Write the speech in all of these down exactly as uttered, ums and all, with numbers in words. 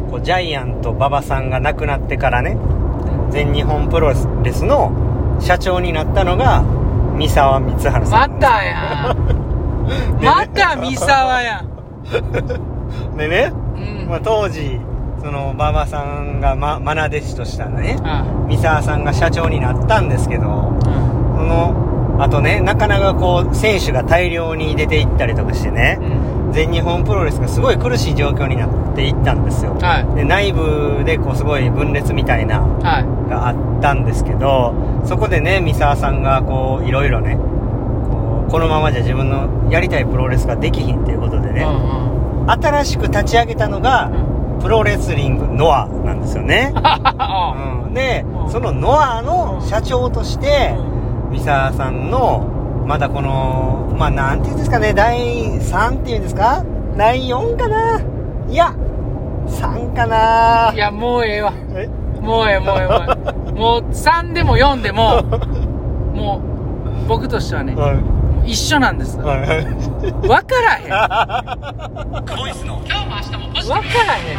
こうジャイアント馬場さんが亡くなってからね、全日本プロレスの社長になったのが三沢光晴さん。 またやんまた三沢やんでね、 うんまあ、当時その馬場さんが、ま、愛弟子としたね、 あ三沢さんが社長になったんですけど、 あそのあとね、なかなかこう選手が大量に出ていったりとかしてね、 うん、 全日本プロレスがすごい苦しい状況になっていったんですよ。 はいで内部でこうすごい分裂みたいなはいがあったんですけど、そこでね三沢さんがこういろいろね、こうこのままじゃ自分のやりたいプロレスができひんということでね、 うんうん、 新しく立ち上げたのがプロレスリングノアなんですよね、うん、でそのノアの社長として三沢さんのまだこのまあなんていうんですかね、だいさんっていうんですか、だいよんかな、いやさんかな、 いやもうええわ、 えもうええもうええもうええもうさんでもよんでももう僕としてはね、 はい一緒なんです。 はいはい分からへんクボイスの今日も明日も分からへん。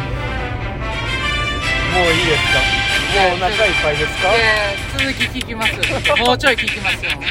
もういいですか、もうお腹いっぱいですか。 いや続き聞きますよもうちょい聞きますよ。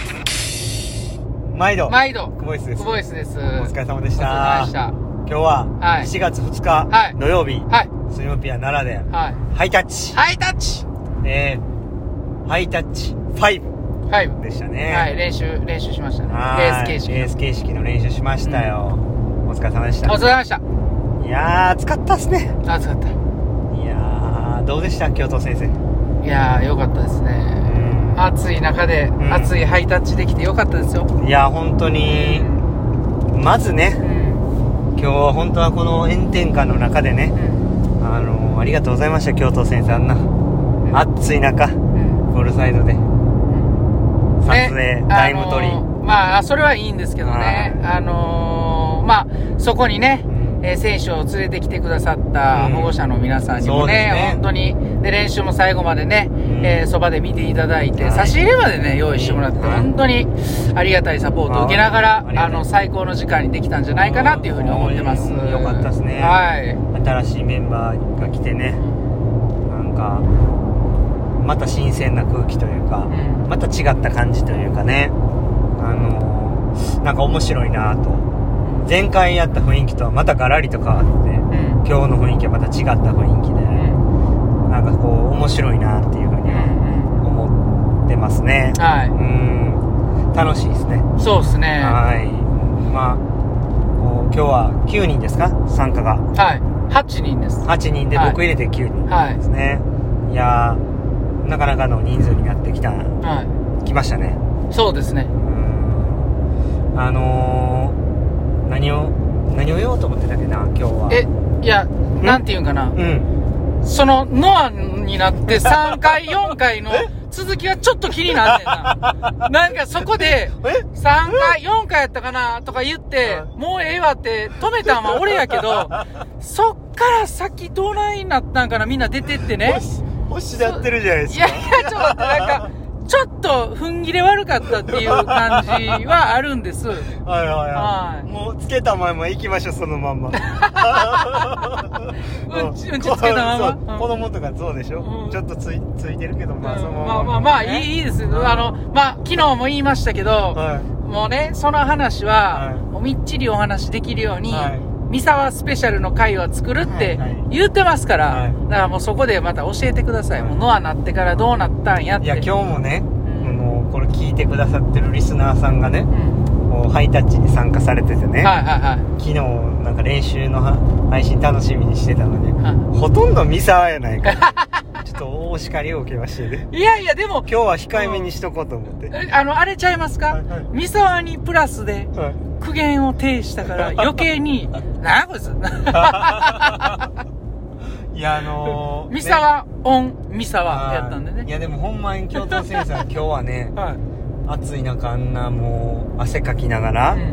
毎度毎度クボイスです。 クボイスです。おお疲れ様でしお疲れ様でしたた。 今日ははいしちがつふつか、 はい土曜日、 はいスイモピア奈良ではいハイタッチ、 ハイタッチえー、ハイタッチファイブはいでしたね。 はい練習練習しましたね。 はいレース形式レース形式の練習しましたよ、うん、お疲れ様でした。 お疲れ様でした。 いやー暑かったっすね。 暑かった。 いやーどうでした教頭先生。 いやーよかったですね。暑い中で、 うん、 暑いハイタッチできてよかったですよ。 いや本当に、うん、まずね、 うん、 今日は本当はこの炎天下の中でね、うん、あのー、ありがとうございました教頭先生、あんな、うん、暑い中、うん、ゴールサイドで、うん、撮影、ね、タイム取り、 あのー、まあそれはいいんですけどね、あのー、まあそこにね、えー、選手を連れてきてくださった保護者の皆さんにも ね,、うん、ね本当にで練習も最後までね、うんえー、そばで見ていただいて、はい、差し入れまでね用意してもらって、はい、本当にありがたいサポートを受けながら、はい、あの最高の時間にできたんじゃないかなっていうふうに思ってます。 よかったですね、はい、新しいメンバーが来てね、なんかまた新鮮な空気というか、うん、また違った感じというかね、あのー、なんか面白いなと。前回やった雰囲気とはまたガラリと変わって、うん、今日の雰囲気はまた違った雰囲気で、うん、なんかこう面白いなっていうふうに思ってますね、うんはい、うん楽しいですね。そうですね。はいまあこう今日はきゅうにんですか参加が。はいはちにんです。はちにんで僕入れてきゅうにんですね、はい、いやーなかなかの人数になってきた、はい、来ましたね。そうですね。うんあのー何を何を言おうと思ってたっけな今日は。えいやなんていうんかな、うん、そのノアになってさんかいよんかいの続きはちょっと気になってんななんかそこでさんかいよんかいやったかなとか言ってもうええわって止めたんは俺やけどそっから先どないになったんかな、みんな出てってね星だってるじゃないですか。いやいやちょっと待ってなんかちょっと踏ん切れ悪かったっていう感じはあるんです。はいはいはい、はい、もうつけたまま行きましょうそのまんまうんちうんちつけたまま、うん、子供とかそうでしょ、うん、ちょっとつ い, ついてるけどまあそのまま、まあまあまあいい、いいです、うん、あのまあ昨日も言いましたけど、はい、もうねその話は、はい、もうみっちりお話できるように、はい三沢スペシャルの会を作るって言ってますから、はいはい、だからもうそこでまた教えてください、はい、もうノアなってからどうなったんやって。いや今日もね、うん、もうこれ聞いてくださってるリスナーさんがね、うん、もうハイタッチに参加されててね、はいはいはい、昨日なんか練習の配信楽しみにしてたのに、はい、ほとんど三沢やないかちょっとお叱りを受けましてね。いやいやでも今日は控えめにしとこうと思って、うん、あのあれちゃいますか、はいはい、三沢にプラスで、はい苦言を呈したから余計になあこいついやあのー、三沢、ね、オン三沢やったんでね。いやでもほんまに教頭先生今日はね、はい、暑い中あんなもう汗かきながら、うん、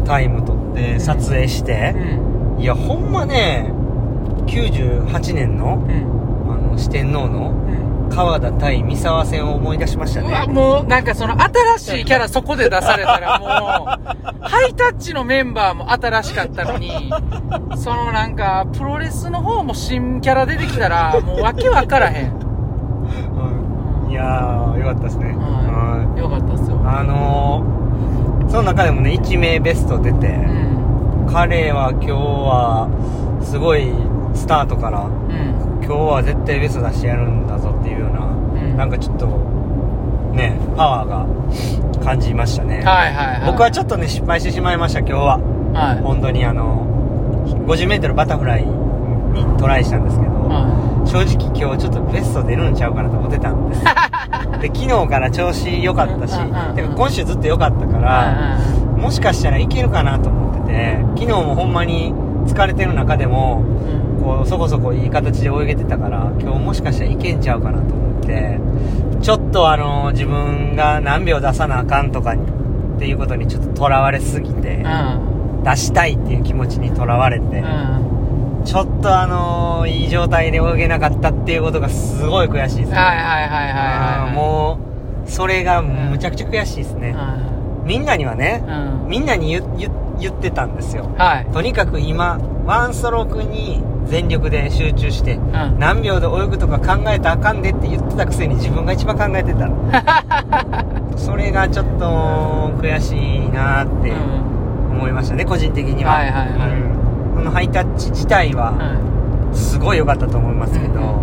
タイム取って撮影して、うん、いやほんまねきゅうじゅうはちねんの、うん、あの四天王の川田対三沢戦を思い出しましたね。 うわ、もうなんかその新しいキャラそこで出されたらもうハイタッチのメンバーも新しかったのに、そのなんかプロレスの方も新キャラ出てきたらもうわけわからへん、 うん、いやーよかったですね、 はい、よかったっすよ。 あのー、その中でもねいち名ベスト出て、うん、彼は今日はすごいスタートから、うん、今日は絶対ベスト出してやるんだぞっていうような、うん、なんかちょっとねパワーが感じましたね。 はいはいはい。 僕はちょっとね失敗してしまいました今日は、はい、本当にあの ごじゅうメートル バタフライにトライしたんですけど、はい、正直今日ちょっとベスト出るんちゃうかなと思ってたんですで昨日から調子良かったし、てか今週ずっと良かったから、もしかしたらいけるかなと思ってて、昨日もほんまに疲れてる中でも、うん、こうそこそこいい形で泳げてたから、今日もしかしたらいけんちゃうかなと思って、ちょっとあの自分が何秒出さなあかんとかにっていうことにちょっととらわれすぎて、うん、出したいっていう気持ちにとらわれて、うん、ちょっとあのいい状態で泳げなかったっていうことがすごい悔しいですね。 はいはいはいはい、はい、 もうそれがむちゃくちゃ悔しいですね、うん、みんなにはね、うん、みんなに言言言ってたんですよ、はい、とにかく今ワンストロークに全力で集中して、うん、何秒で泳ぐとか考えたらあかんでって言ってたくせに自分が一番考えてたそれがちょっと悔しいなって思いましたね、個人的には。はいはいはい、うん、このハイタッチ自体はすごい良かったと思いますけど、うんうんうん、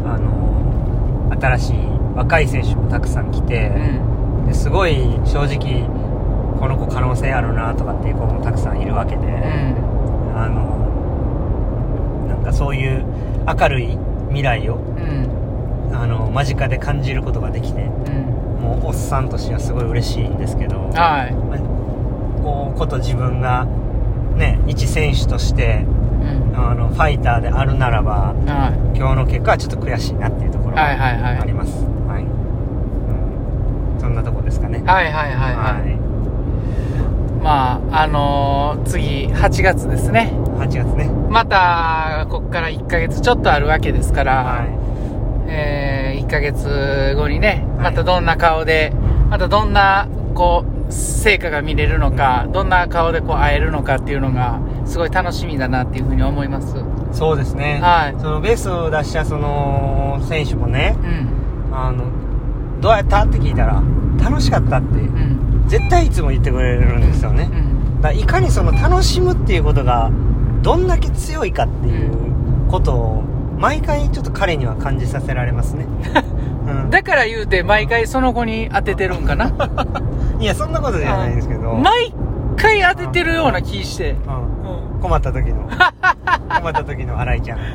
あの新しい若い選手もたくさん来て、うん、ですごい正直この子可能性あるなとかっていう子もたくさんいるわけで、うん、あのなんかそういう明るい未来を、うん、あの間近で感じることができて、うん、もうおっさんとしてはすごい嬉しいんですけど、はい、こうこと自分がね一選手として、うん、あのファイターであるならば、はい、今日の結果はちょっと悔しいなっていうところがあります。はいはいはい、うん、そんなとこですかね。 はいはいはいはい。はいまああのー、次はちがつですね。 はちがつね。 またこっからいっかげつちょっとあるわけですから、はい、えー、いっかげつごにね、またどんな顔で、またどんなこう成果が見れるのか、うん、どんな顔でこう会えるのかっていうのがすごい楽しみだなっていうふうに思います。 そうですね。はい。そのベースを出したその選手もね、うん、あのどうやったって聞いたら楽しかったって。うん絶対いつも言ってくれるんですよね、うん、だからいかにその楽しむっていうことがどんだけ強いかっていうことを毎回ちょっと彼には感じさせられますね、 うん、だから言うて毎回その子に当ててるんかないやそんなことじゃないんですけど毎回当ててるような気して、 うんうん、困った時の困った時の新井ちゃん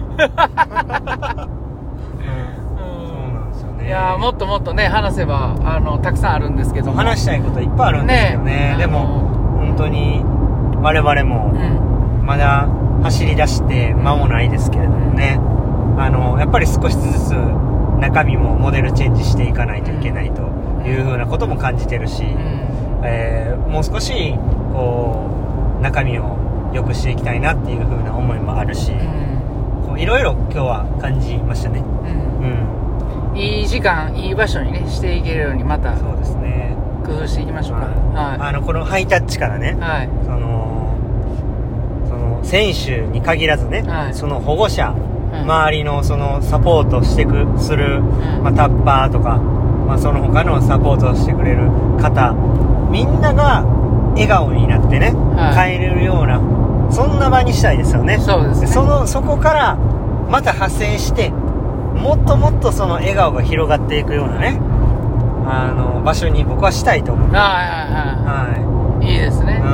いやもっともっとね話せばあのたくさんあるんですけども話したいこといっぱいあるんですけど ね, ねでも本当に我々もまだ走り出して間もないですけれどもね、うん、あのやっぱり少しずつ中身もモデルチェンジしていかないといけないというふうなことも感じてるし、うんえー、もう少しこう中身を良くしていきたいなっていうふうな思いもあるし、うん、いろいろ今日は感じましたね、うんうんいい時間いい場所にねしていけるようにまたそうですね工夫していきましょうか、 はいはい、あのこのハイタッチからね、はい、そのその選手に限らずね、はい、その保護者、はい、周りのそのサポートしてくする、うんまあ、タッパーとか、まあ、その他のサポートをしてくれる方みんなが笑顔になってね、はい、帰れるようなそんな場にしたいですよね。 そうですね。 そのそこからまた派生してもっともっとその笑顔が広がっていくようなねあの場所に僕はしたいと思う。 はいはいはい、はい、いいですね、うん、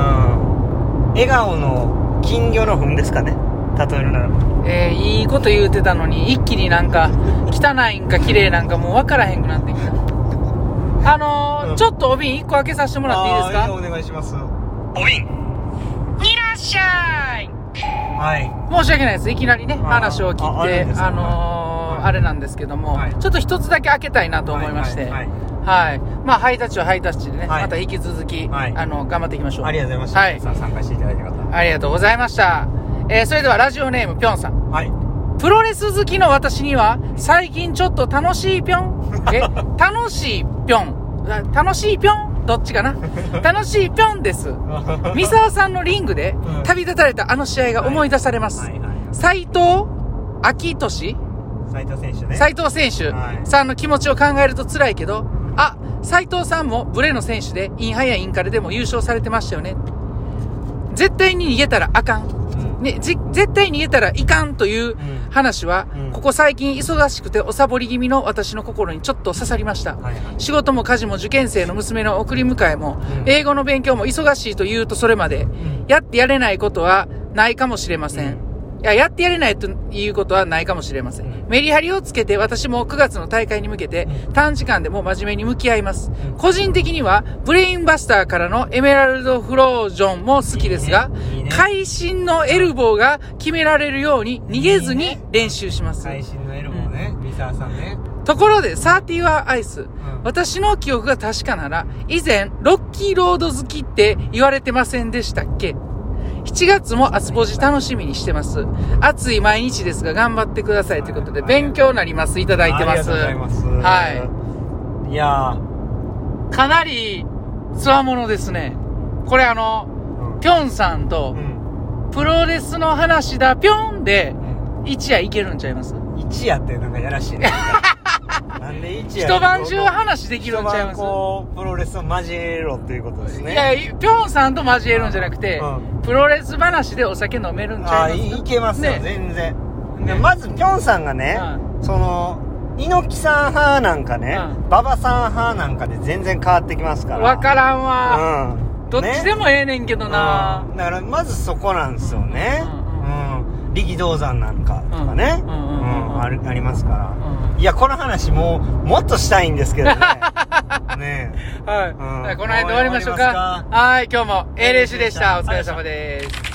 笑顔の金魚の糞ですかね例えるならば、 えー、いいこと言うてたのに一気になんか汚いんか綺麗なんかもう分からへんくなってきたあのーうん、ちょっとお瓶いっこ開けさせてもらっていいですか。 あお願いします。お瓶いらっしゃい。 はい申し訳ないですいきなりね話を切って あ, あのーあれなんですけども、はい、ちょっと一つだけ開けたいなと思いまして、はいはいはいはい、まあハイタッチはハイタッチでね、はい、また引き続き、はい、あの頑張っていきましょう。 ありがとうございました、はい、さあ参加していただいた方ありがとうございました、えー、それではラジオネームぴょんさん、 はい、 プロレス好きの私には最近ちょっと楽しいぴょんえ楽しいぴょん楽しいぴょんどっちかな楽しいぴょんです。三沢さんのリングで旅立たれたあの試合が思い出されます。斉藤明俊斉藤選手ね。 斉藤選手さんの気持ちを考えると辛いけど、あ、斉藤さんもブレの選手でインハイやインカレでも優勝されてましたよね。絶対に逃げたらあかん、うんね、じ絶対逃げたらいかんという話は、うん、ここ最近忙しくておサボり気味の私の心にちょっと刺さりました、はいはい、仕事も家事も受験生の娘の送り迎えも、うん、英語の勉強も忙しいというとそれまで、うん、やってやれないことはないかもしれません、うんいや、やってやれないということはないかもしれません。うん、メリハリをつけて私もくがつの大会に向けて短時間でも真面目に向き合います。うん、個人的にはブレインバスターからのエメラルドフロージョンも好きですが、いいねいいね、会心のエルボーが決められるように逃げずに練習します。 会心のエルボーね、三沢さんね。 ところで、サーティワンアイス、うん。私の記憶が確かなら、以前、ロッキーロード好きって言われてませんでしたっけ？しちがつもアスポジ楽しみにしてます。暑い毎日ですが頑張ってくださいということで勉強になります。いただいてます。 ありがとうございます。 はい。 いやーかなりつわものですね。これあの、うん、ぴょんさんと、うん、プロレスの話だぴょんで、うん、一夜いけるんちゃいます？ 一夜ってなんかやらしいね。なんで一夜一晩中話できるんちゃいます？ 一晩こうプロレスを交えろっていうことですね。 いや、ぴょんさんと交えるんじゃなくて、うん、プロレス話でお酒飲めるんちゃいます？ あ、いけますよ、ね、全然、ね、まずぴょんさんがね、うん、その猪木さん派なんかね、馬、う、場、ん、さん派なんかで全然変わってきますから。 わからんわ、うん、どっちでもええねんけどな、 うん、だからまずそこなんですよね。うん、うん、力道山なんかとかね、うんうんうんうん、あ, ありますから、うん、いやこの話もうもっとしたいんですけどね。ねはい、うん、この辺で終わりましょうか。はい、今日も エーエルシー でした。お疲れ様です。